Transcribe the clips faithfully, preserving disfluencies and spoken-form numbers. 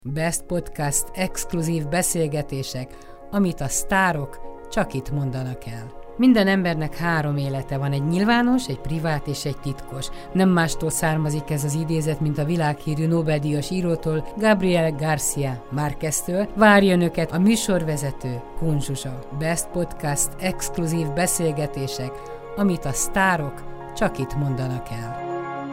Best Podcast exkluzív beszélgetések, amit a sztárok csak itt mondanak el. Minden embernek három élete van, egy nyilvános, egy privát és egy titkos. Nem mástól származik ez az idézet, mint a világhírű Nobel-díjas írótól, Gabriel García Márqueztől. Várja önöket a műsorvezető, Kun Zsuzsa. Best Podcast exkluzív beszélgetések, amit a sztárok csak itt mondanak el.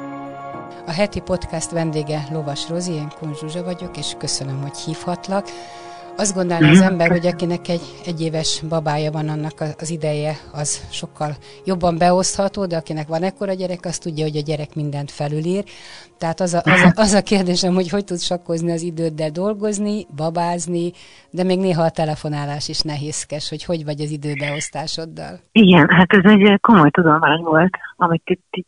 A heti podcast vendége Lovas Rozi, én Kun Zsuzsa vagyok, és köszönöm, hogy hívhatlak. Azt gondolná az ember, hogy akinek egy egyéves babája van, annak az ideje az sokkal jobban beosztható, de akinek van ekkora gyerek, az tudja, hogy a gyerek mindent felülír. Tehát az a, az a, az a kérdésem, hogy hogy tudsz sakkozni az időddel, dolgozni, babázni, de még néha a telefonálás is nehézkes, hogy hogy vagy az időbeosztásoddal. Igen, hát ez egy komoly tudomány volt, amit itt, itt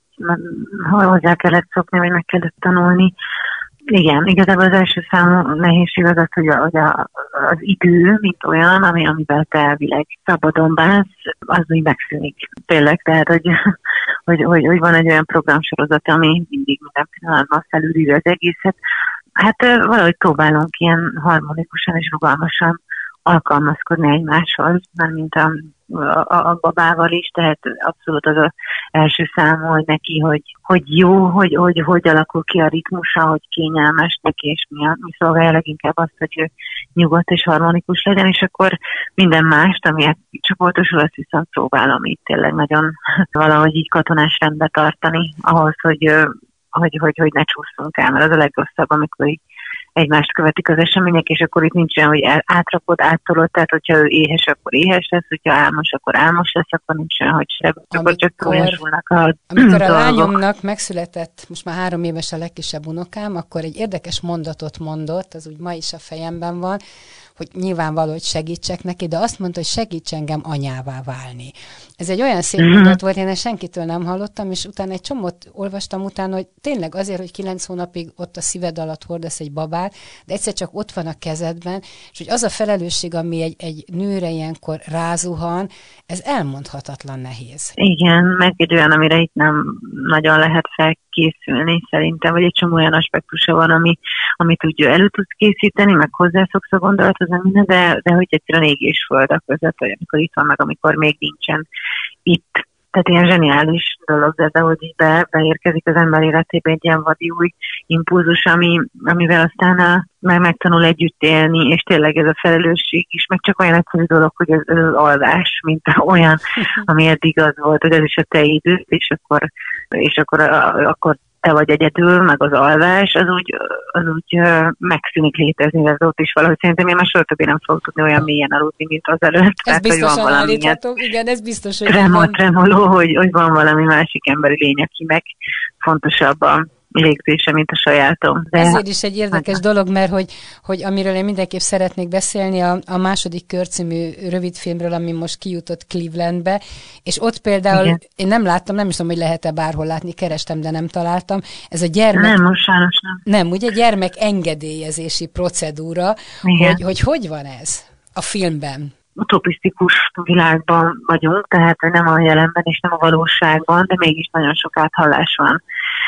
hozzá kellett szokni, vagy meg kellett tanulni. Igen, igazából az első számú nehézség az az, hogy, a, hogy a, az idő, mint olyan, ami, amivel te elvileg szabadon bánsz, az úgy megszűnik. Tényleg, tehát, hogy, hogy, hogy, hogy van egy olyan programsorozat, ami mindig minden pillanatban felülírja az egészet. Hát valahogy próbálunk ilyen harmonikusan és rugalmasan alkalmazkodni egymáshoz, már mint a, a, a babával is, tehát abszolút az az első számú, hogy neki, hogy, hogy jó, hogy, hogy hogy alakul ki a ritmusa, hogy kényelmes neki, és mi, a, mi szolgálja leginkább azt, hogy ő nyugodt és harmonikus legyen, és akkor minden mást, amiért csoportosul, azt viszont próbálom itt tényleg nagyon valahogy így katonás rendbe tartani, ahhoz, hogy, hogy, hogy, hogy ne csúszunk el, mert az a legrosszabb, amikor így egymást követik az események, és akkor itt nincs olyan, hogy átrakod, áttolod, tehát hogyha ő éhes, akkor éhes lesz, hogyha álmos, akkor álmos lesz, akkor nincs olyan, hogy se, akkor csak túljásulnak a Amikor a lányomnak megszületett, most már három éves a legkisebb unokám, akkor egy érdekes mondatot mondott, az úgy ma is a fejemben van, hogy nyilvánvaló, hogy segítsek neki, de azt mondta, hogy segíts engem anyává válni. Ez egy olyan szép mondat volt, én ezt senkitől nem hallottam, és utána egy csomót olvastam utána, hogy tényleg azért, hogy kilenc hónapig ott a szíved alatt hordasz egy babát, de egyszer csak ott van a kezedben, és hogy az a felelősség, ami egy, egy nőre ilyenkor rázuhan, ez elmondhatatlan nehéz. Igen, meg egy olyan, amire itt nem nagyon lehet felkészülni szerintem, vagy egy csomó olyan aspektusa van, ami, amit úgy elő tudsz készíteni, meg hozzászoksz a gondolathoz, minden, de, de hogy egyszerűen ég és föld a között, vagy amikor itt van, meg amikor még nincsen itt. Tehát ilyen zseniális dolog, de, de hogy így be, beérkezik az ember életébe egy ilyen vadi új impulzus, ami, amivel aztán a, meg megtanul együtt élni, és tényleg ez a felelősség is, meg csak olyan egyszerű dolog, hogy ez, ez az alvás, mint olyan, ami eddig az volt, hogy ez is a te időd, és akkor, és akkor, a, akkor te vagy egyedül, meg az alvás, az úgy, az úgy uh, megszűnik létezni, ez ott is valahogy szerintem én már soha többé nem fogok tudni olyan mélyen aludni, mint az előtt. Ez biztosan állíthatom, igen, ez biztos, hogy tremol, tremoló, hogy, hogy van valami másik emberi lény, aki meg fontosabb a légzése, mint a sajátom. De ezért is egy érdekes hát, dolog, mert hogy, hogy amiről én mindenképp szeretnék beszélni, a, a második kör című rövidfilmről, ami most kijutott Clevelandbe, és ott például, igen. Én nem láttam, nem is tudom, hogy lehet-e bárhol látni, kerestem, de nem találtam. Ez a gyermek... Nem, most sajnos nem. Nem, ugye gyermek engedélyezési procedúra, hogy, hogy hogy van ez a filmben? Utopisztikus világban vagyunk, tehát nem a jelenben és nem a valóságban, de mégis nagyon sok áthallás van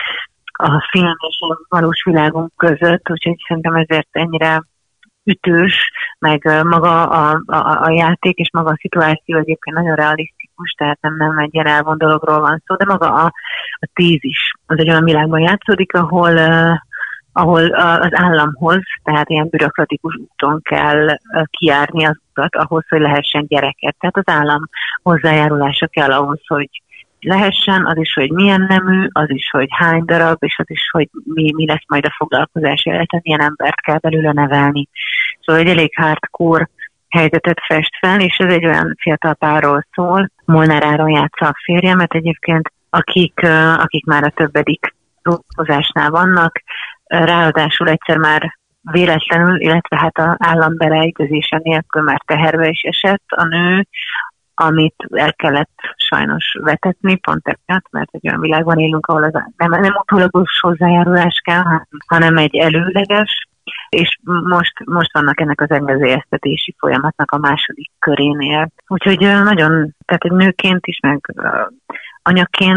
a film és a valós világunk között, úgyhogy szerintem ezért ennyire ütős, meg maga a, a, a játék és maga a szituáció egyébként nagyon realisztikus, tehát nem, nem egy ilyen elvont dologról van szó, de maga a, a tézis az egy olyan világban játszódik, ahol, uh, ahol uh, az államhoz, tehát ilyen bürokratikus úton kell uh, kijárni az utat ahhoz, hogy lehessen gyereket. Tehát az állam hozzájárulása kell ahhoz, hogy lehessen, az is, hogy milyen nemű, az is, hogy hány darab, és az is, hogy mi, mi lesz majd a foglalkozás, illetve milyen embert kell belőle nevelni. Szóval egy elég hardcore helyzetet fest fel, és ez egy olyan fiatal párról szól. Molnár Áron játsza a férjemet egyébként, akik, akik már a többedik dolgozásnál vannak, ráadásul egyszer már véletlenül, illetve hát az állam beleegyezése nélkül már teherbe is esett a nő, amit el kellett sajnos vetetni, pont emiatt, mert egy olyan világban élünk, ahol az nem, nem utólagos hozzájárulás kell, hanem egy előleges, és most, most vannak ennek az engedélyeztetési folyamatnak a második körénél. Úgyhogy nagyon, tehát egy nőként is, meg anyaként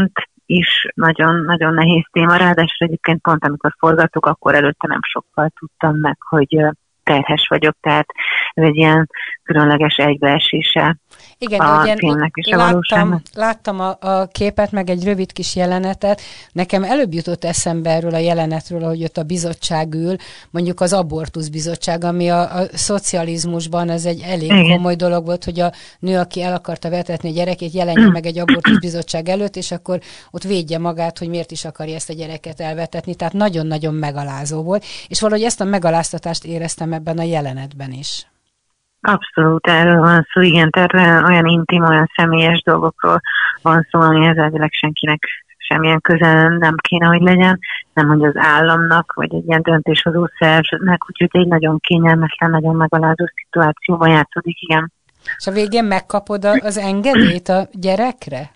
is nagyon-nagyon nehéz téma, ráadásul egyébként pont amikor forgattuk, akkor előtte nem sokkal tudtam meg, hogy terhes vagyok, tehát ez egy ilyen különleges egybeesése. Igen, a de filmnek és a láttam, láttam a, a képet, meg egy rövid kis jelenetet. Nekem előbb jutott eszembe erről a jelenetről, hogy ott a bizottság ül, mondjuk az abortusz bizottság, ami a, a szocializmusban ez egy elég Igen. komoly dolog volt, hogy a nő, aki el akarta vetetni a gyerekét, jelenjen meg egy abortusz bizottság előtt, és akkor ott védje magát, hogy miért is akarja ezt a gyereket elvetetni. Tehát nagyon-nagyon megalázó volt, és valahogy ezt a megaláztatást éreztem ebben a jelenetben is. Abszolút, erről van szó, igen, tehát olyan intim, olyan személyes dolgokról van szó, amihez elvileg senkinek semmilyen közel nem kéne, hogy legyen, nem hogy az államnak, vagy egy ilyen döntéshozó szervnek, úgyhogy egy nagyon kényelmetlen, nagyon megalázó szituációban játszódik, igen. És a végén megkapod az engedélyt a gyerekre?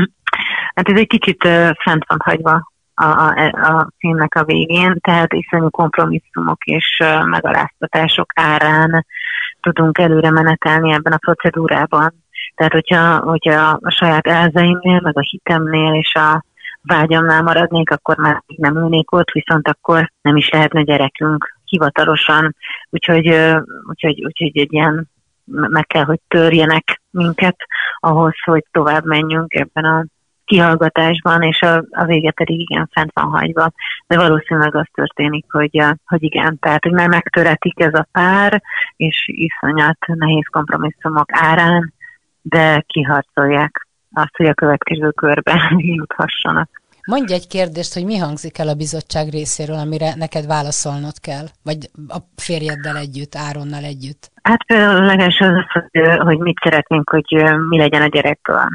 Hát ez egy kicsit uh, fent van hagyva a, a, a filmnek a végén, tehát iszonyú kompromisszumok és uh, megaláztatások árán tudunk előre menetelni ebben a procedúrában. Tehát, hogyha, hogyha a saját elveimnél, meg a hitemnél és a vágyamnál maradnék, akkor már nem ülnék ott, viszont akkor nem is lehetne gyerekünk hivatalosan. Úgyhogy, úgyhogy, úgyhogy egy ilyen meg kell, hogy törjenek minket ahhoz, hogy tovább menjünk ebben a kihallgatásban, és a, a vége pedig igen fent van hagyva. De valószínűleg az történik, hogy, hogy igen, tehát hogy már megtöretik ez a pár, és iszonyat nehéz kompromisszumok árán, de kiharcolják azt, hogy a következő körbe juthassanak. Mondj egy kérdést, hogy mi hangzik el a bizottság részéről, amire neked válaszolnod kell? Vagy a férjeddel együtt, Áronnal együtt? Hát például legalábbis az, hogy, hogy mit szeretnénk, hogy mi legyen a gyerektől.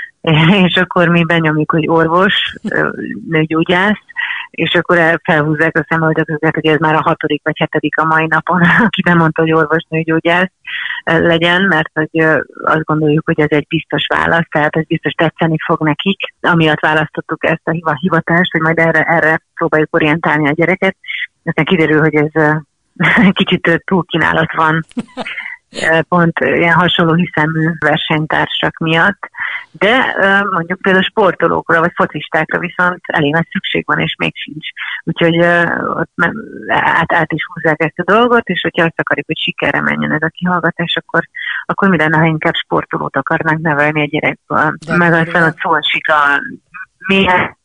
És akkor mi benyomjuk, hogy orvos, nőgyógyász, és akkor felhúzzák a szemöldököket, hogy ez már a hatodik vagy hetedik a mai napon, aki bemondta, hogy orvos, nőgyógyász legyen, mert hogy azt gondoljuk, hogy ez egy biztos válasz, tehát ez biztos tetszeni fog nekik. Amiatt választottuk ezt a hivatást, hogy majd erre, erre próbáljuk orientálni a gyereket. Aztán kiderül, hogy ez kicsit túlkínálat van. Pont ilyen hasonló hiszemű versenytársak miatt, de mondjuk például sportolókra vagy focistákra viszont elég nagy szükség van, és még sincs. Úgyhogy ott át, át is húzzák ezt a dolgot, és hogyha azt akarjuk, hogy sikerre menjen ez a kihallgatás, akkor, akkor mi lenne, ha inkább sportolót akarnánk nevelni a gyerekből. De meg aztán ott szó esik a milyen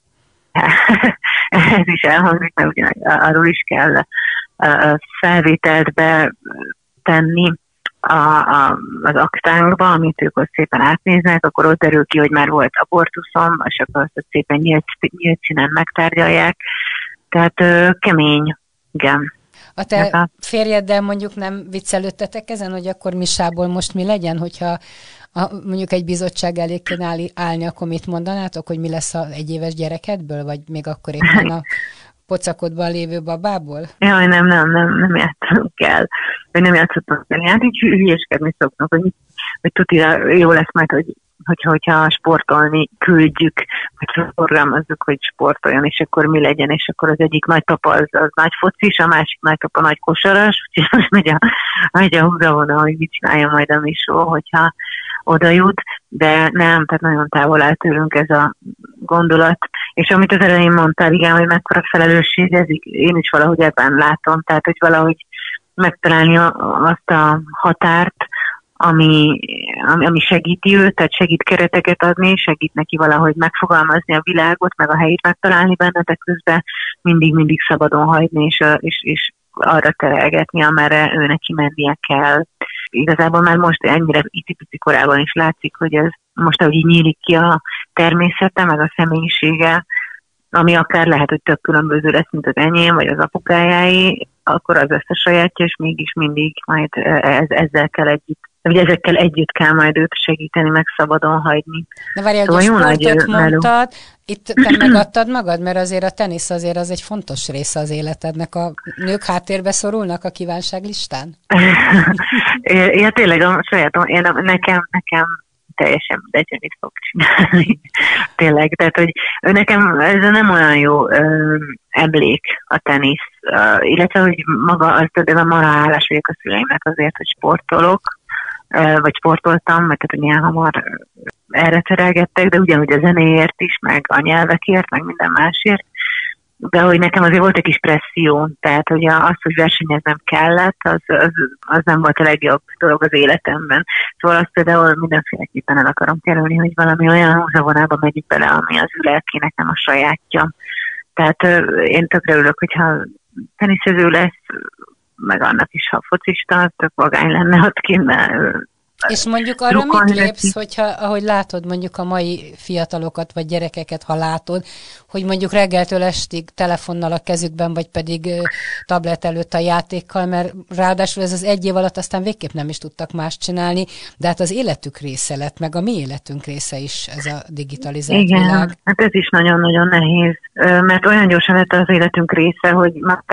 ez is elhangzik, mert ugye arról is kell felvételt betenni A, a, az aktánkba, amit ők ott szépen átnéznek, akkor ott derül ki, hogy már volt abortuszom, és akkor azt szépen nyílt, nyílt színen megtárgyalják. Tehát ö, kemény, igen. A te a... férjeddel mondjuk nem viccelődtetek ezen, hogy akkor Misából most mi legyen, hogyha a, mondjuk egy bizottság elé kéne állni, akkor mit mondanátok, hogy mi lesz az egyéves gyerekedből, vagy még akkor éppen a pocakodban lévő babából? Jaj, nem, nem, nem, nem játszunk kell. Vagy nem játszottunk kell. Hát így hülyéskedni szoknak, hogy, hogy tutira jó lesz majd, hogy, hogyha, hogyha sportolni küldjük, hogy programozzuk, hogy sportoljon, és akkor mi legyen, és akkor az egyik nagypapa az, az nagy focis, a másik nagypapa nagy kosaras, úgyhogy most megy a, megy a húzavona, hogy mit csinálja majd a Misó, hogyha oda jut, de nem, tehát nagyon távol áll tőlünk ez a gondolat. És amit az elején mondtál, igen, hogy mekkora felelősség, ez én is valahogy ebben látom, tehát hogy valahogy megtalálni azt a határt, ami, ami, ami segíti őt, tehát segít kereteket adni, segít neki valahogy megfogalmazni a világot, meg a helyét megtalálni benne, de közben mindig-mindig szabadon hagyni, és, és, és arra terelgetni, amerre ő neki mennie kell. Igazából már most ennyire icipici korában is látszik, hogy ez most, ahogy így nyílik ki a természete, meg a személyisége, ami akár lehet, hogy több különböző lesz, mint az enyém, vagy az apukájáé, akkor az lesz a sajátja, és mégis mindig majd ez, ezzel kell együtt, vagy ezekkel együtt kell majd őt segíteni, meg szabadon hagyni. De várjál, szóval hogy a sportot mondtad, itt te megadtad magad, mert azért a tenisz azért az egy fontos része az életednek. A nők háttérbe szorulnak a kívánságlistán? Ja, tényleg a sajátom, én, nekem, nekem teljesen mindegy, hogy mit fog csinálni. Tényleg, tehát, hogy nekem ez nem olyan jó ö, emlék a tenisz, ö, illetve, hogy maga az, de a marha hálás vagyok a szüleimnek azért, hogy sportolok, vagy sportoltam, mert tehát milyen hamar erre terelgettek, de ugyanúgy a zenéért is, meg a nyelvekért, meg minden másért. De hogy nekem azért volt egy kis presszió, tehát hogy az, hogy versenyeznem kellett, az, az, az nem volt a legjobb dolog az életemben. Szóval azt például mindenféleképpen el akarom kerülni, hogy valami olyan húzavonába megyünk bele, ami az ő lelkének nem a sajátja. Tehát én tökre örülök, hogyha teniszező lesz, meg annak is, ha focista, tök vagány lenne ott kint. És mondjuk arra mit lépsz, hogyha, ahogy látod mondjuk a mai fiatalokat, vagy gyerekeket, ha látod, hogy mondjuk reggeltől estig telefonnal a kezükben, vagy pedig tablet előtt a játékkal, mert ráadásul ez az egy év alatt aztán végképp nem is tudtak más csinálni, de hát az életük része lett, meg a mi életünk része is ez a digitalizált Igen, világ. Hát ez is nagyon-nagyon nehéz, mert olyan gyorsan lett az életünk része, hogy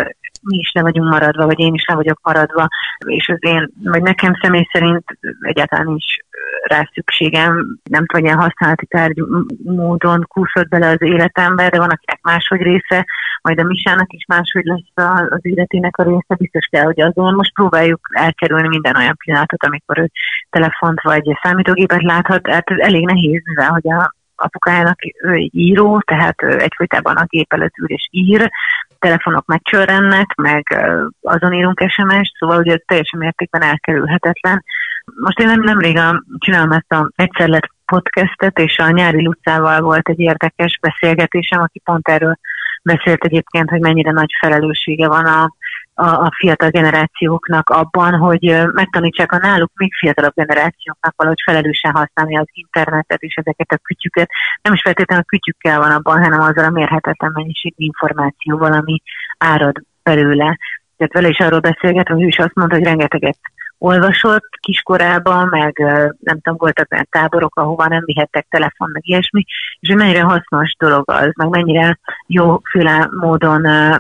mi is le vagyunk maradva, vagy én is le vagyok maradva, és az én, vagy nekem személy szerint egyáltalán nincs rá szükségem, nem tudom, ilyen használati tárgy módon kúszott bele az életembe, de van, akinek máshogy része, majd a Misának is máshogy lesz az életének a része, biztos kell, hogy azon most próbáljuk elkerülni minden olyan pillanatot, amikor ő telefont vagy számítógépet láthat, hát ez elég nehéz, mivel hogy a apukájának ő egy író, tehát egyfolytában a gép előtt ül és ír, telefonok megcsörrennek, meg azon írunk es em est, szóval ugye ez teljesen mértékben elkerülhetetlen. Most én nem, nemrég csinálom ezt a Egyszer lett podcastet, és a Nyári Lucával volt egy érdekes beszélgetésem, aki pont erről beszélt egyébként, hogy mennyire nagy felelőssége van a, a, a fiatal generációknak abban, hogy megtanítsák a náluk még fiatalabb generációknak valahogy felelősen használni az internetet és ezeket a kütyüket. Nem is feltétlenül a kütyükkel van abban, hanem azzal a mérhetetlen mennyiségű információval, ami árad belőle. Tehát vele is arról beszélget, hogy ő is azt mondta, hogy rengeteget olvasott kiskorában, meg nem tudom, voltak olyan táborok, ahova nem vihettek telefon, meg ilyesmi, és hogy mennyire hasznos dolog az, meg mennyire jóféle módon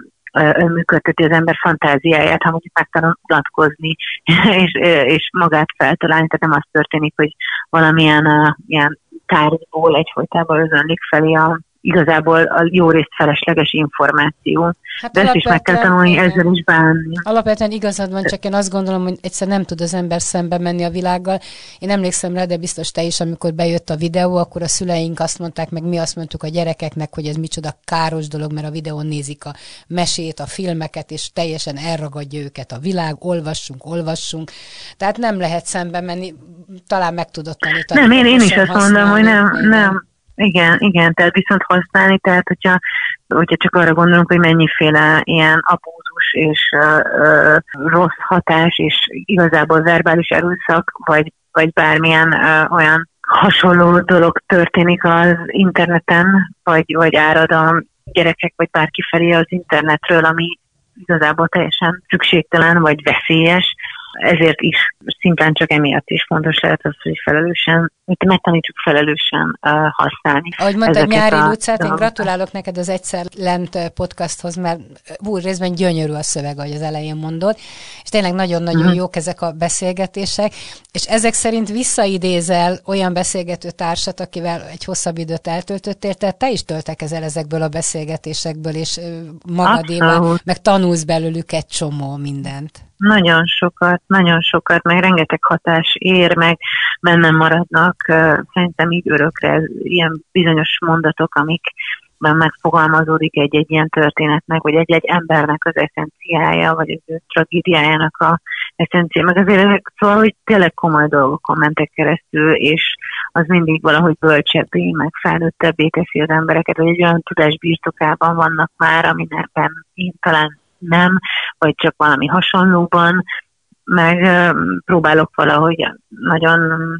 működteti az ember fantáziáját, ha mondjuk megtanul unatkozni, és, és magát feltalálni, tehát nem az történik, hogy valamilyen uh, ilyen tárgyból egyfolytában özönlik felé a igazából a jó részt felesleges információ. Hát de ezt is meg kell tanulni, ezzel is bánni. Alapvetően igazad van, csak én azt gondolom, hogy egyszer nem tud az ember szembe menni a világgal. Én emlékszem rá, de biztos te is, amikor bejött a videó, akkor a szüleink azt mondták, meg mi azt mondtuk a gyerekeknek, hogy ez micsoda káros dolog, mert a videón nézik a mesét, a filmeket, és teljesen elragadja őket a világ, olvassunk, olvassunk. Tehát nem lehet szembe menni, talán meg tudod tanítani. Nem, én, én is azt mondom, hogy nem, nem. Igen, igen, tehát viszont használni, tehát hogyha, hogyha csak arra gondolunk, hogy mennyiféle ilyen abúzus és uh, uh, rossz hatás, és igazából verbális erőszak, vagy, vagy bármilyen uh, olyan hasonló dolog történik az interneten, vagy, vagy árad a gyerekek, vagy bárki felé az internetről, ami igazából teljesen szükségtelen, vagy veszélyes. Ezért is szimplán csak emiatt is fontos lehet az, hogy felelősen, hogy megtanítsuk felelősen uh, használni. Ahogy mondtad, Nyári Lucát, én gratulálok neked az Egyszer lent podcasthoz, mert úr részben gyönyörű a szöveg, ahogy az elején mondod, és tényleg nagyon-nagyon uh-huh. jók ezek a beszélgetések, és ezek szerint visszaidézel olyan beszélgető társat, akivel egy hosszabb időt eltöltöttél, tehát te is töltekezel ezekből a beszélgetésekből, és magadéval, meg tanulsz belőlük egy csomó mindent. Nagyon sokat, nagyon sokat, meg rengeteg hatás ér, meg bennem maradnak, szerintem így örökre ilyen bizonyos mondatok, amikben megfogalmazódik egy-egy ilyen történetnek, vagy egy-egy embernek az eszenciája, vagy az ő tragédiájának a eszenciája, meg azért ezek, szóval, hogy tényleg komoly dolgokon mentek keresztül, és az mindig valahogy bölcsebbé, meg felnőttebbé teszi az embereket, vagy egy olyan tudás birtokában vannak már, aminek én talán nem, vagy csak valami hasonlóban, meg uh, próbálok valahogy nagyon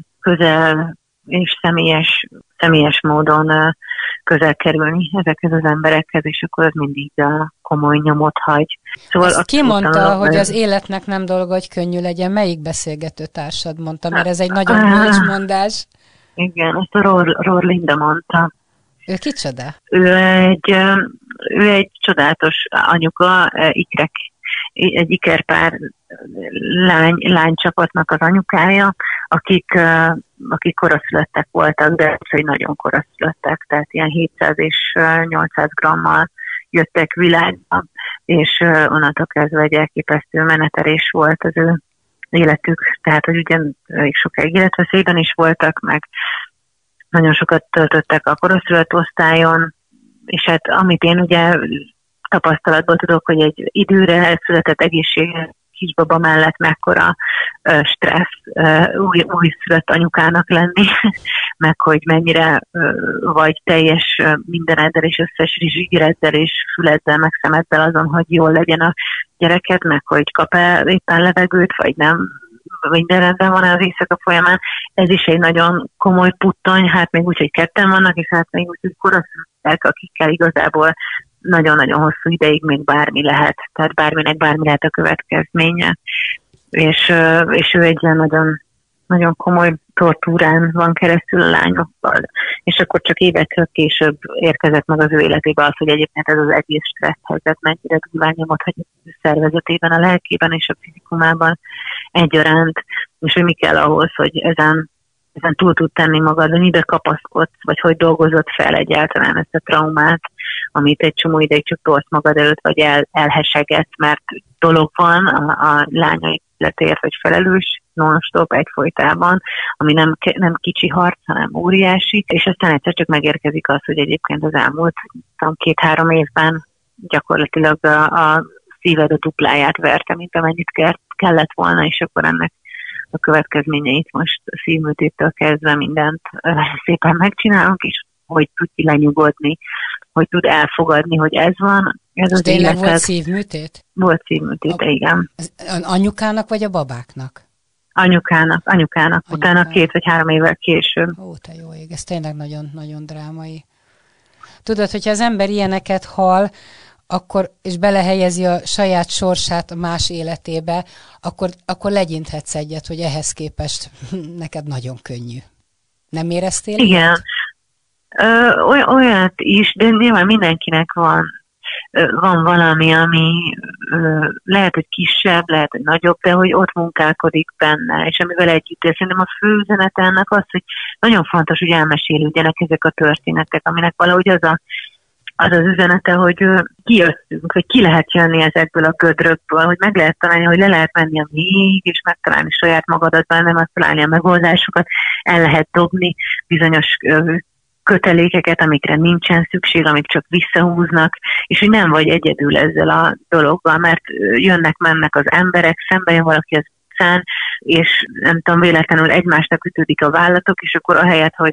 közel és személyes, személyes módon uh, közel kerülni ezekhez az emberekhez, és akkor az mindig uh, komoly nyomot hagy. Szóval azt ki mondta, hogy az életnek nem dolga, hogy könnyű legyen? Melyik beszélgető társad mondta? Mert ez egy nagyon bölcs mondás. Igen, ezt a Ror, Ror Linda mondta. Ő kicsoda? Ő egy, ő egy csodálatos anyuka, ikrek, egy ikerpár lány, lánycsapatnak az anyukája, akik, akik koraszülöttek voltak, de hogy nagyon koraszülöttek, tehát ilyen hétszáz és nyolcszáz grammal jöttek világba, és onnantól kezdve egy elképesztő menetelés volt az ő életük, tehát hogy ugyan elég sokáig életveszélyben is voltak, meg nagyon sokat töltöttek a korosztályos osztályon, és hát amit én ugye tapasztalatból tudok, hogy egy időre elszületett egészséges kisbaba mellett mekkora uh, stressz uh, új, újszülött anyukának lenni, meg hogy mennyire uh, vagy teljes uh, mindeneddel és összes rizsigereddel és füleddel, meg szemeddel azon, hogy jól legyen a gyereket, meg hogy kap-e éppen levegőt, vagy nem, minden rendben van az éjszaka folyamán. Ez is egy nagyon komoly puttony, hát még úgy, hogy ketten vannak, és hát még úgy, hogy koraszültek, akikkel igazából nagyon-nagyon hosszú ideig még bármi lehet, tehát bárminek bármi lehet a következménye. És, és ő egy ilyen nagyon, nagyon komoly tortúrán van keresztül a lányokkal. És akkor csak évekkel később érkezett meg az ő életébe az, hogy egyébként ez az egész stressz helyzet mennyire durván nyomott, hogy a szervezetében, a lelkében és a fizikumában egyaránt, és hogy mi kell ahhoz, hogy ezen ezen túl tud tenni magad, hogy mibe kapaszkodsz, vagy hogy dolgozott fel egyáltalán ezt a traumát, amit egy csomó ideig csak tolsz magad előtt, vagy el, elhesegetsz, mert dolog van a, a lányai életért, vagy felelős, non-stop egyfolytában, ami nem, nem kicsi harc, hanem óriási, és aztán egyszer csak megérkezik az, hogy egyébként az elmúlt két-három évben gyakorlatilag a, a szíved a dupláját verte, mint amennyit kellett volna, és akkor ennek a következményeit most szívműtéttől kezdve mindent szépen megcsinálunk, és hogy tud ki lenyugodni, hogy tud elfogadni, hogy ez van. Ez az tényleg életed. Volt szívműtét? Volt szívműtét, igen. Az anyukának vagy a babáknak? Anyukának, anyukának. Anyukának. Utána két vagy három évvel később. Ó, te jó ég, ez tényleg nagyon-nagyon drámai. Tudod, hogyha az ember ilyeneket hall, akkor, és belehelyezi a saját sorsát a más életébe, akkor, akkor legyinthetsz egyet, hogy ehhez képest neked nagyon könnyű. Nem éreztél? Igen. Ö, olyat is, de nyilván mindenkinek van, ö, van valami, ami ö, lehet, hogy kisebb, lehet, hogy nagyobb, de hogy ott munkálkodik benne, és amivel együtt él. Szerintem a fő üzenete ennek az, hogy nagyon fontos, hogy elmesélődjenek ezek a történetek, aminek valahogy az a az az üzenete, hogy kijöttünk, hogy ki lehet jönni ezekből a gödrökből, hogy meg lehet találni, hogy le lehet menni a még, és megtalálni saját magadat benne, megtalálni a megoldásokat, el lehet dobni bizonyos kötelékeket, amikre nincsen szükség, amik csak visszahúznak, és hogy nem vagy egyedül ezzel a dologgal, mert jönnek-mennek az emberek, szembe jön valaki az utcán, és nem tudom, véletlenül egymásnak ütődik a vállatok, és akkor ahelyett, hogy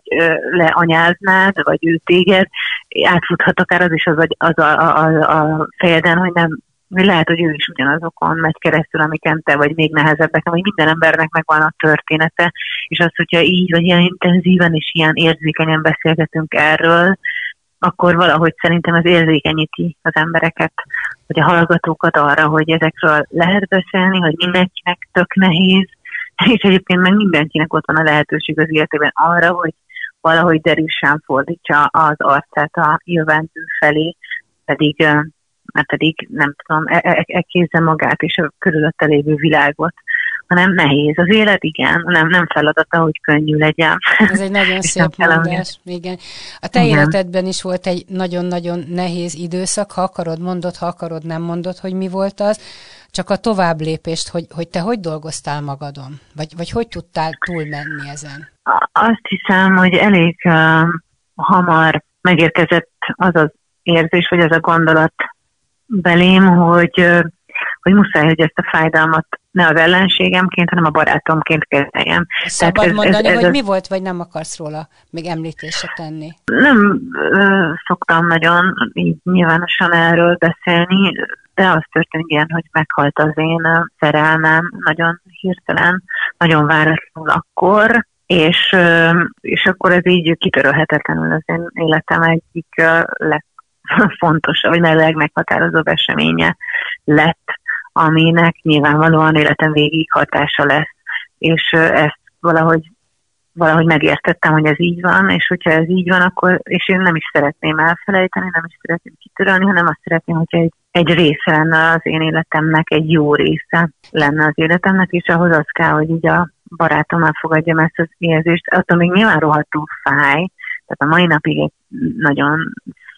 leanyáznád, vagy ő téged, átfuthat akár az is az, az a, a, a fejeden, hogy nem, hogy lehet, hogy ő is ugyanazokon megy keresztül, amiken te, vagy még nehezebbek, hogy minden embernek megvan a története, és az, hogyha így, vagy ilyen intenzíven és ilyen érzékenyen beszélgetünk erről, akkor valahogy szerintem ez érzékenyíti az embereket, vagy a hallgatókat arra, hogy ezekről lehet beszélni, hogy mindenkinek tök nehéz, és egyébként meg mindenkinek ott van a lehetőség az életében arra, hogy valahogy derűsen fordítsa az arcát a jövendő felé, pedig, mert pedig nem tudom, elkézze magát és a körülötte lévő világot, hanem nehéz. Az élet, igen, nem, nem feladata, hogy könnyű legyen. Ez egy nagyon szép mondás, igen. A te igen. életedben is volt egy nagyon-nagyon nehéz időszak, ha akarod, mondod, ha akarod, nem mondod, hogy mi volt az, csak a továbblépést, hogy, hogy te hogy dolgoztál magadon? Vagy, vagy hogy tudtál túlmenni ezen? Azt hiszem, hogy elég uh, hamar megérkezett az az érzés, vagy az a gondolat belém, hogy, uh, hogy muszáj, hogy ezt a fájdalmat ne az ellenségemként, hanem a barátomként kezeljem. Szabad ez, mondani, ez, ez hogy ez mi volt, vagy nem akarsz róla még említésre tenni? Nem uh, szoktam nagyon így nyilvánosan erről beszélni, de az történt ilyen, hogy meghalt az én szerelmem nagyon hirtelen, nagyon váratlanul akkor, és, és akkor ez így kitörölhetetlenül az én életem egyik legfontosabb, vagy legmeghatározóbb eseménye lett, aminek nyilvánvalóan életem végig hatása lesz, és ezt valahogy valahogy megértettem, hogy ez így van, és hogyha ez így van, akkor, és én nem is szeretném elfelejteni, nem is szeretném kitörölni, hanem azt szeretném, hogy egy, egy része lenne az én életemnek, egy jó része lenne az életemnek, és ahhoz az kell, hogy így a barátom elfogadjam ezt az érzést. Attól még nyilván rohadtul fáj, tehát a mai napig egy nagyon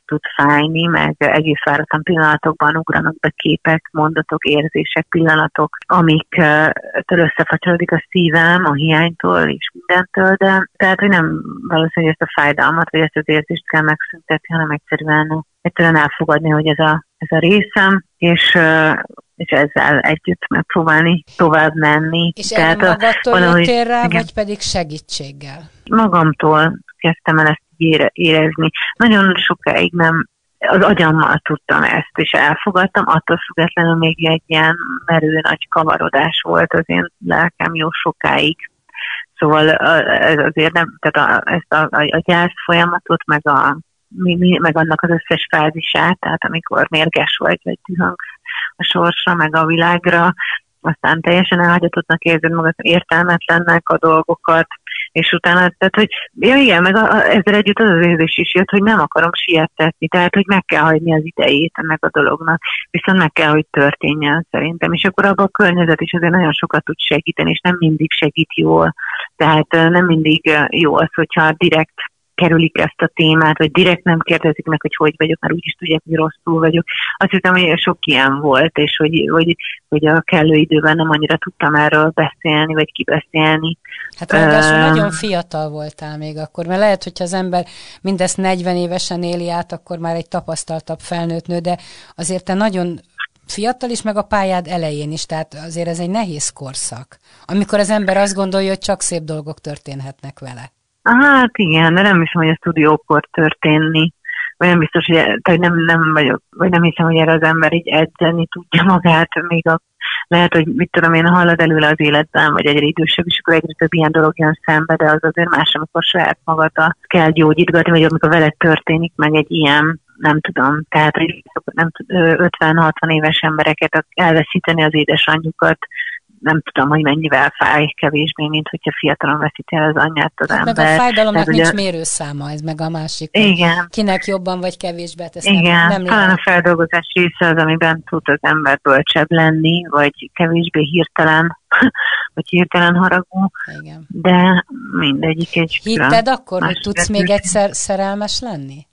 tud fájni, meg egész váratlan pillanatokban ugranak be képek, mondatok, érzések, pillanatok, amiktől összefacsorodik a szívem a hiánytól és mindentől, de tehát, hogy nem valószínűleg ezt a fájdalmat, vagy ezt az érzést kell megszüntetni, hanem egyszerűen, egyszerűen elfogadni, hogy ez a, ez a részem, és és ezzel együtt megpróbálni tovább menni. És erre magadtól jöttél rá, igen. Vagy pedig segítséggel? Magamtól kezdtem el ezt ére, érezni. Nagyon sokáig nem, az agyammal tudtam ezt, és elfogadtam, attól függetlenül még egy ilyen merő nagy kavarodás volt az én lelkem jó sokáig. Szóval ez azért nem, tehát a, ezt a, a, a gyász folyamatot, meg, a, mi, mi, meg annak az összes fázisát, tehát amikor mérges vagy, vagy tühöngsz a sorsra, meg a világra, aztán teljesen elhagyatottnak érzed magad, értelmetlennek a dolgokat, és utána, tehát, hogy ja igen, meg a, a, ezzel együtt az az érzés is jött, hogy nem akarom siettetni, tehát, hogy meg kell hagyni az idejét ennek a dolognak, viszont meg kell, hogy történjen szerintem, és akkor abban a környezet is azért nagyon sokat tud segíteni, és nem mindig segít jól, tehát nem mindig jó az, hogyha direkt kerülik ezt a témát, vagy direkt nem kérdezik meg, hogy hogy vagyok, mert úgyis tudják, hogy rosszul vagyok. Azt hiszem, hogy sok ilyen volt, és hogy, hogy, hogy a kellő időben nem annyira tudtam erről beszélni, vagy kibeszélni. Hát ráadásul uh, nagyon fiatal voltál még akkor, mert lehet, hogyha az ember mindezt negyven évesen éli át, akkor már egy tapasztaltabb felnőtt nő, de azért te nagyon fiatal is, meg a pályád elején is, tehát azért ez egy nehéz korszak, amikor az ember azt gondolja, hogy csak szép dolgok történhetnek vele. Hát igen, de nem hiszem, hogy ez tud jókor történni. Vagy nem biztos, hogy, tehát nem, nem vagyok, vagy nem hiszem, hogy erre az ember így edzeni tudja magát, még a, lehet, hogy mit tudom én, hallad előle az életben, vagy egyre idősebb, és akkor egyre több ilyen dolog jön szembe, de az azért más, amikor saját magadat kell gyógyítgatni, vagy amikor veled történik meg egy ilyen, nem tudom, tehát hogy nem ötven-hatvan éves embereket elveszíteni az édesanyjukat, nem tudom, hogy mennyivel fáj kevésbé, mint hogyha fiatalon veszíti el az anyját az hát ember. Meg a fájdalomnak nincs ugye mérőszáma, ez meg a másik. Igen. Kinek jobban vagy kevésbé, ezt igen, nem, nem talán a feldolgozás része az, amiben tud az ember bölcsebb lenni, vagy kevésbé hirtelen, vagy hirtelen haragú. Igen. De mindegyik egy hitted akkor, hogy tudsz még egyszer szerelmes lenni?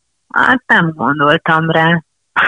Hát nem gondoltam rá.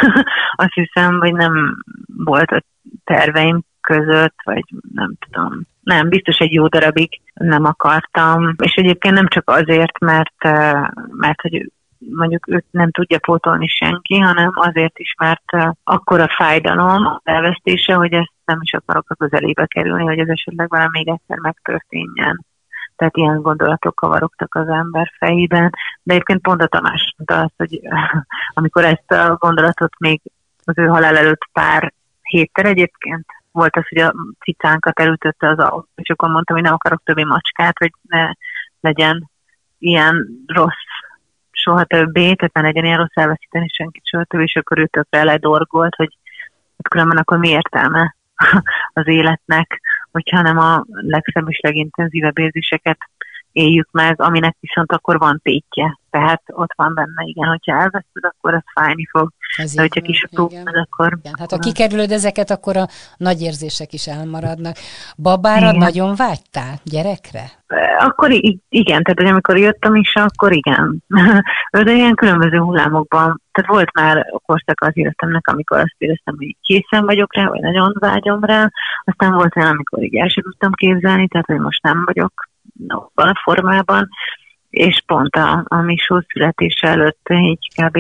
Azt hiszem, hogy nem volt a terveim között, vagy nem tudom. Nem, biztos egy jó darabig nem akartam. És egyébként nem csak azért, mert, mert hogy mondjuk őt nem tudja pótolni senki, hanem azért is, mert akkora fájdalom az elvesztése, hogy ezt nem is akarok a közelébe kerülni, hogy ez esetleg valami még egyszer megtörténjen. Tehát ilyen gondolatok kavarogtak az ember fejében. De egyébként pont a Tamás mondta azt, hogy amikor ezt a gondolatot még az ő halál előtt pár héttel egyébként volt az, hogy a cicánkat elütötte az autó, és akkor mondtam, hogy nem akarok többé macskát, hogy ne legyen ilyen rossz soha többé, tehát ne legyen ilyen rossz elveszíteni senkit soha többé, és akkor ő tökre ledorgolt, hogy különben akkor mi értelme az életnek, hogyha nem a legszebb és legintenzívebb érzéseket éljük meg, aminek viszont akkor van tétje. Tehát ott van benne, igen, hogyha elveszted, akkor az fájni fog. Ez de hogyha kisapróbálod, akkor... Igen, hát ha kikerülöd ezeket, akkor a nagy érzések is elmaradnak. Babára igen. Nagyon vágytál? Gyerekre? Akkor igen, tehát amikor jöttem is, akkor igen. De ilyen különböző hullámokban, tehát volt már korszak az életemnek, amikor azt éreztem, hogy készen vagyok rá, vagy nagyon vágyom rá. Aztán volt olyan, amikor így el sem tudtam képzelni, tehát hogy most nem vagyok abban a formában, és pont a, a Misó születése előtt így kb.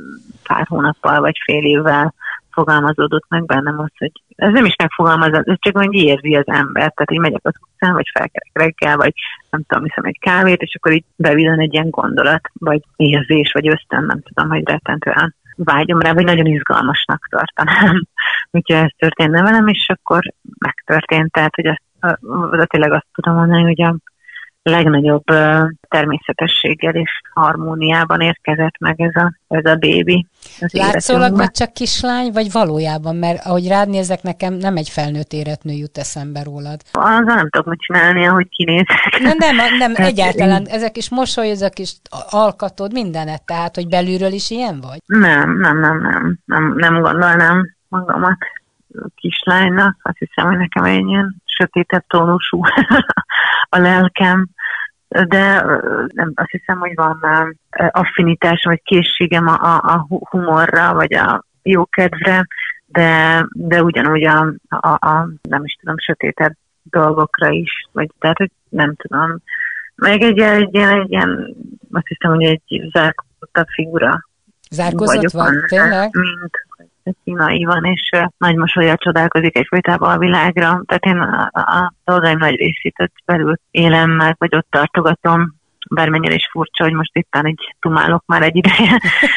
Pár hónappal vagy fél évvel fogalmazódott meg bennem az, hogy ez nem is megfogalmazódott, ez csak hogy érzi az ember, tehát így megyek az utcán, vagy felkerek reggel, vagy nem tudom, hiszem egy kávét, és akkor így bevillan egy ilyen gondolat, vagy érzés, vagy ösztön, nem tudom, hogy rettentően vágyom rá, vagy nagyon izgalmasnak tartanám. Úgyhogy ez történne velem, és akkor megtörtént, tehát hogy azt, az tényleg azt tudom mondani, hogy a legnagyobb uh, természetességgel és harmóniában érkezett meg ez a, ez a bébi. Látszólag vagy csak kislány, vagy valójában? Mert ahogy rád nézek, nekem nem egy felnőtt éretnő jut eszembe rólad. Azzal nem tudok mit csinálni, ahogy kinézek. Nem, nem, nem egyáltalán. Ezek is mosoly, ezek is alkatod, mindenet. Tehát, hogy belülről is ilyen vagy? Nem, nem, nem, nem. Nem, nem gondolnám magamat kislánynak. Azt hiszem, hogy nekem egy ilyen sötétebb tónusú a lelkem, de nem, azt hiszem, hogy van affinitásom, vagy készségem a, a, a humorra, vagy a jókedvre, de, de ugyanúgy a, a, a, nem is tudom, sötétebb dolgokra is, vagy tehát, hogy nem tudom. Meg egy, egy, egy, egy ilyen, azt hiszem, hogy egy zárkózottabb figura. Zárkózott vagy, tényleg? Mint kínai van, és uh, nagy mosollyal csodálkozik egyfolytában a világra. Tehát én a, a dolgaim nagy részét ott belül élem meg, vagy ott tartogatom, bármennyire is furcsa, hogy most éppen így tumálok már egy ideje,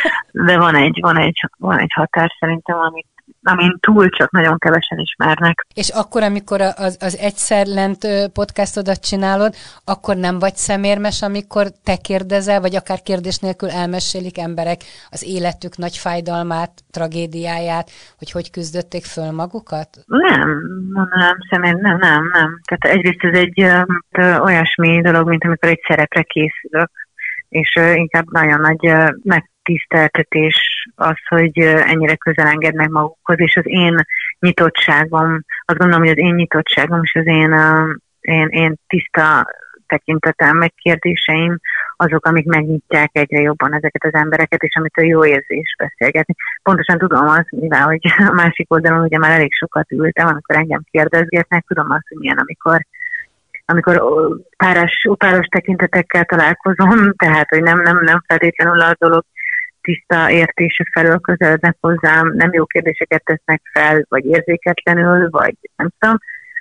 de van egy, van egy, van egy határ szerintem, amit amin túl csak nagyon kevesen ismernek. És akkor, amikor az, az Egyszer Lent podcastodat csinálod, akkor nem vagy szemérmes, amikor te kérdezel, vagy akár kérdés nélkül elmesélik emberek az életük nagy fájdalmát, tragédiáját, hogy hogy küzdötték föl magukat? Nem, mondanám szemér, nem, nem, nem. Tehát egyrészt ez egy ö, olyasmi dolog, mint amikor egy szerepre készülök, és ö, inkább nagyon nagy ö, meg tiszteltetés az, hogy ennyire közel engednek magukhoz, és az én nyitottságom, azt gondolom, hogy az én nyitottságom és az én, én, én tiszta tekintetem, meg kérdéseim azok, amik megnyitják egyre jobban ezeket az embereket, és amitől jó érzés beszélgetni. Pontosan tudom azt, mivel hogy a másik oldalon ugye már elég sokat ültem, amikor engem kérdezgetnek, tudom azt, hogy milyen, amikor amikor páros, páros tekintetekkel találkozom, tehát, hogy nem, nem, nem feltétlenül a dolog tiszta értése felől közelednek hozzám, nem jó kérdéseket tesznek fel, vagy érzéketlenül, vagy nem tudom,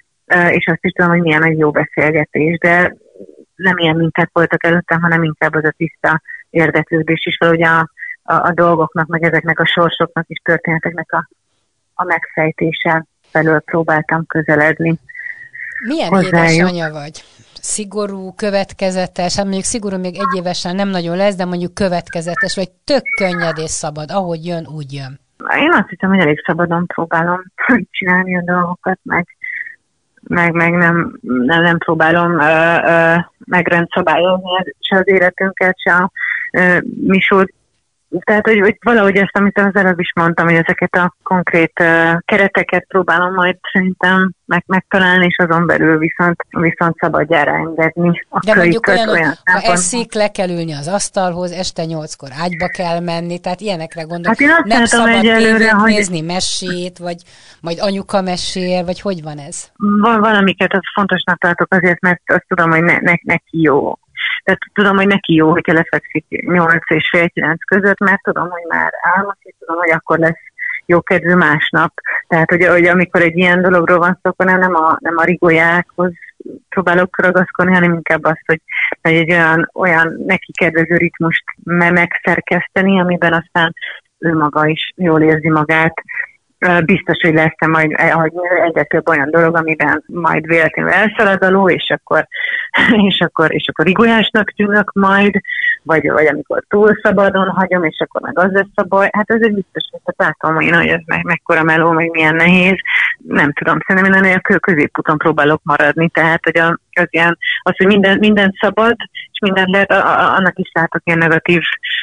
és azt is tudom, hogy milyen egy jó beszélgetés, de nem ilyen minták voltak előttem, hanem inkább az a tiszta érdeklődés is, valahogy a, a, a dolgoknak, meg ezeknek a sorsoknak is, történeteknek a, a megfejtése felől próbáltam közeledni. Milyen édesanyja vagy? Szigorú, következetes, hát mondjuk szigorú még egy évesen nem nagyon lesz, de mondjuk következetes, vagy tök könnyed és szabad, ahogy jön, úgy jön. Én azt hiszem, hogy elég szabadon próbálom csinálni a dolgokat, meg, meg, meg nem, nem, nem próbálom ö, ö, megrendszabályozni se az életünket, se a ö, misót. Tehát, hogy, hogy valahogy ezt, amit az előbb is mondtam, hogy ezeket a konkrét uh, kereteket próbálom majd szerintem meg, megtalálni, és azon belül viszont, viszont szabadjára engedni a De mondjuk olyan, olyan ha eszik, le kell ülni az asztalhoz, este nyolckor ágyba kell menni, tehát ilyenekre gondolok. Hát nem szabad tévét hogy... nézni, mesét, vagy majd anyuka mesél, vagy hogy van ez? Van valamiket, az fontosnak tartok azért, mert azt tudom, hogy ne, ne, neki jó. Tehát tudom, hogy neki jó, hogyha lefekszik nyolc és fél kilenc között, mert tudom, hogy már álmos, és tudom, hogy akkor lesz jókedvű másnap. Tehát, hogy, hogy amikor egy ilyen dologról van szó, akkor nem a, nem a rigójákhoz próbálok ragaszkodni, hanem inkább azt, hogy, hogy egy olyan, olyan neki kedvező ritmust megszerkeszteni, amiben aztán ő maga is jól érzi magát. Biztos, hogy lesz majd egyre több olyan dolog, amiben majd véletlenül elszalad a ló, és akkor, és akkor, és akkor rigójásnak tűnök majd, vagy, vagy amikor túl szabadon hagyom, és akkor meg az lesz a baj. Hát ez egy biztos, hogy látom én, hogy ez meg, mekkora meló, meg milyen nehéz. Nem tudom, szerintem én a középúton próbálok maradni, tehát hogy az, ilyen, az, hogy minden, minden szabad, és minden lehet, a, a, annak is látok ilyen negatív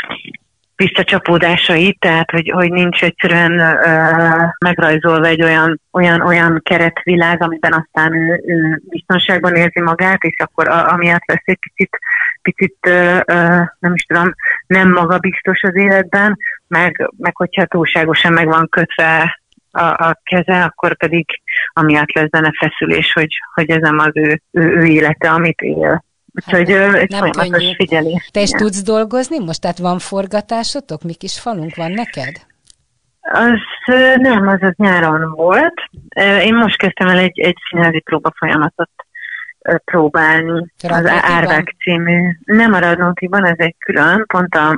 visszacsapódásait, tehát hogy, hogy nincs egyszerűen uh, megrajzolva egy olyan, olyan, olyan keretvilág, amiben aztán ő, ő biztonságban érzi magát, és akkor a, amiatt lesz egy picit, picit uh, uh, nem is tudom, nem magabiztos az életben, meg, meg hogyha túlságosan meg van kötve a, a keze, akkor pedig amiatt lesz benne feszülés, hogy, hogy ez nem az ő, ő, ő élete, amit él. Úgyhogy hát, egy folyamatos figyelés. Te is tudsz dolgozni most? Tehát van forgatásotok? Mi kis falunk van neked? Az nem, az az nyáron volt. Én most kezdtem el egy, egy színházi próba folyamatot próbálni. Radnótiban? Az Árvák című. Nem a Radnótiban, ez egy külön, pont a,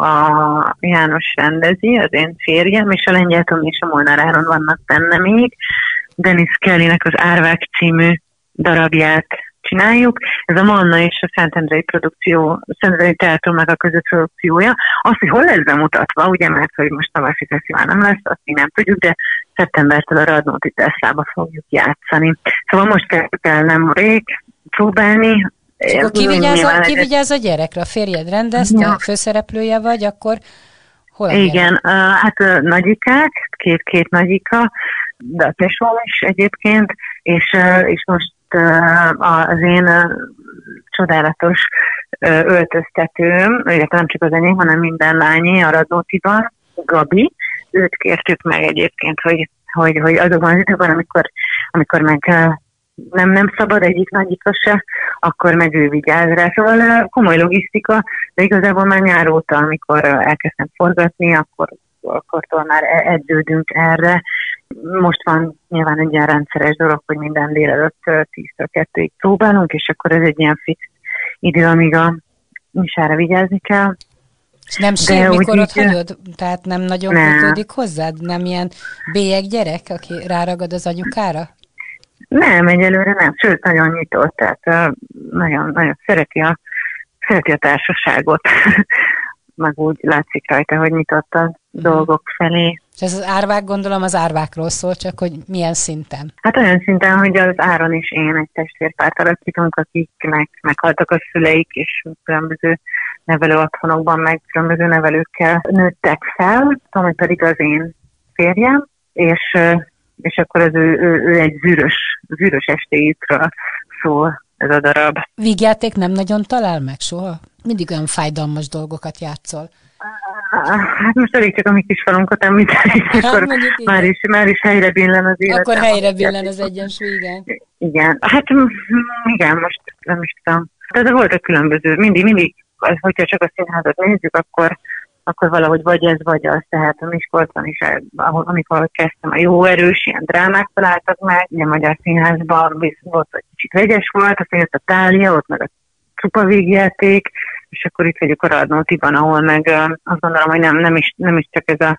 a János rendezi, az én férjem, és a Lengyel Tomi és a Molnár Áron vannak benne még. Dennis Kellynek az Árvák című darabját csináljuk. Ez a Manna és a Szentendrei produkció, a Szentendrei Teátrumnak a közös produkciója. Azt, hogy hol lesz bemutatva, ugye, mert hogy most tavaszi fesztivál nem lesz, azt mi nem tudjuk, de szeptembertől a Radnóti Teslába fogjuk játszani. Szóval most kell, kell nem rég próbálni. És akkor ki vigyáz, a, ki vigyáz a gyerekre? A férjed rendezte, ja. Főszereplője vagy, akkor hol? Igen, uh, hát uh, nagyikák, két-két nagyika, de a tesóm is egyébként, és, uh, és most az én csodálatos öltöztetőm, illetve nem csak az enyém, hanem minden lányé a Radnótiban, Gabi, őt kértük meg egyébként, hogy, hogy, hogy azokban az időben, amikor, amikor meg nem, nem szabad egyik nagyika se, akkor meg ő vigyáz rá. Szóval komoly logisztika, de igazából már nyár óta, amikor elkezdtem forgatni, akkor, akkor már edződünk erre. Most van nyilván egy ilyen rendszeres dolog, hogy minden délelőtt tíztől kettőig próbálunk, és akkor ez egy ilyen fix idő, amíg a Misára vigyázni kell. És nem sír, mikor ott hagyod? Tehát nem nagyon kötődik hozzád? Nem ilyen bélyeg gyerek, aki ráragad az anyukára? Nem, egyelőre nem. Sőt, nagyon nyitott. Tehát uh, nagyon, nagyon szereti a, szereti a társaságot. Meg úgy látszik rajta, hogy nyitott a dolgok felé. És ez az árvák, gondolom, az árvákról szól, csak hogy milyen szinten? Hát olyan szinten, hogy az Áron és én egy testvérpárt alakítunk, akiknek meghaltak a szüleik, és különböző nevelő otthonokban, meg különböző nevelőkkel nőttek fel. Tomi pedig az én férjem, és, és akkor az ő, ő, ő egy zűrös, zűrös estéjükről szól ez a darab. Vígjáték nem nagyon talál meg soha? Mindig olyan fájdalmas dolgokat játszol. Hát most elég csak a mi kis falunkat említeni, hát, akkor már is, már is helyre billen az élet. Akkor helyre billen az egyensúly, igen. Igen, hát igen, most nem is tudom. Tehát voltak különböző, mindig, mindig, hogyha csak a színházat nézzük, akkor, akkor valahogy vagy ez, vagy az, tehát a Miskolcon is, ahol, amikor kezdtem, a jó erős ilyen drámák találtak meg, ugye a Magyar Színházban volt, hogy kicsit vegyes volt, aztán jött a Tália, ott meg a csupa vígjáték, és akkor itt vagyok a Radnótiban, ahol meg azt gondolom, hogy nem, nem, is, nem is csak ez a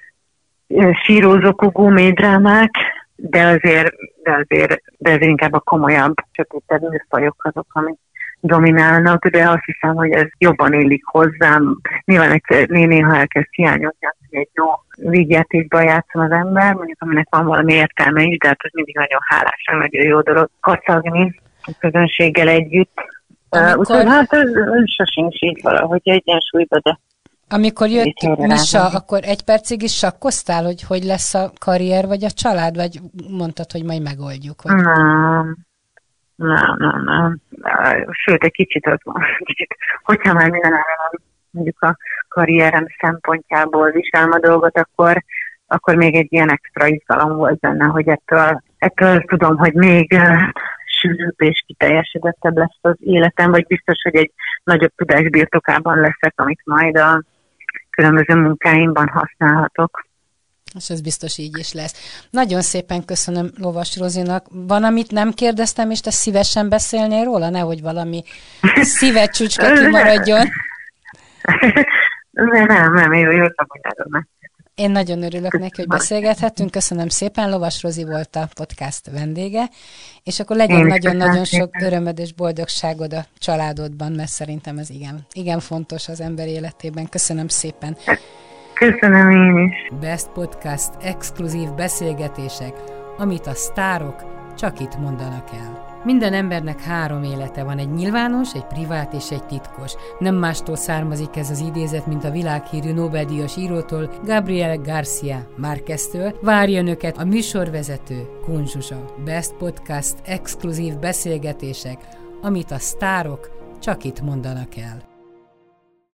sírózókugó médrámák, de azért, de azért, de azért inkább a komolyabb, sötétebb műfajok azok, amik dominálnak, de azt hiszem, hogy ez jobban illik hozzám. Nyilván egyszer néha elkezd hiányozni, hogy egy jó vígjátékban játszom az ember, mondjuk aminek van valami értelme is, de hát az mindig nagyon hálás, nagyon jó dolog kacagni a közönséggel együtt. Amikor... Úgyhogy hát ez, ez sosincs így valahogy egyensúlyba, de... Amikor jött Misa, akkor egy percig is sakkoztál, hogy hogy lesz a karrier, vagy a család, vagy mondtad, hogy majd megoldjuk? Vagy... Nem, nem, nem, nem. Sőt, egy kicsit az van, kicsit, hogyha már minden áron mondjuk a karrierem szempontjából vizsgálom a dolgot, akkor, akkor még egy ilyen extra izgalom volt benne, hogy ettől, ettől tudom, hogy még sűrűbb és kiteljesedettebb lesz az életem, vagy biztos, hogy egy nagyobb tudás birtokában leszek, amit majd a különböző munkáimban használhatok. És ez biztos így is lesz. Nagyon szépen köszönöm Lovas Rozinak. Van, amit nem kérdeztem, és te szívesen beszélnél róla? Nehogy valami szívecsücske kimaradjon. Nem, nem, nem, jó, jó szabadjáról. Én nagyon örülök neki, hogy beszélgethettünk. Köszönöm szépen. Lovas Rozi volt a podcast vendége, és akkor legyen nagyon-nagyon sok örömöd és boldogságod a családodban, mert szerintem ez igen, igen fontos az ember életében. Köszönöm szépen. Köszönöm én is. Best Podcast exkluzív beszélgetések, amit a sztárok csak itt mondanak el. Minden embernek három élete van, egy nyilvános, egy privát és egy titkos. Nem mástól származik ez az idézet, mint a világhírű Nobel-díjas írótól, Gabriel García Márqueztől. Várja önöket a műsorvezető, Kun Zsuzsa. Best Podcast exkluzív beszélgetések, amit a sztárok csak itt mondanak el.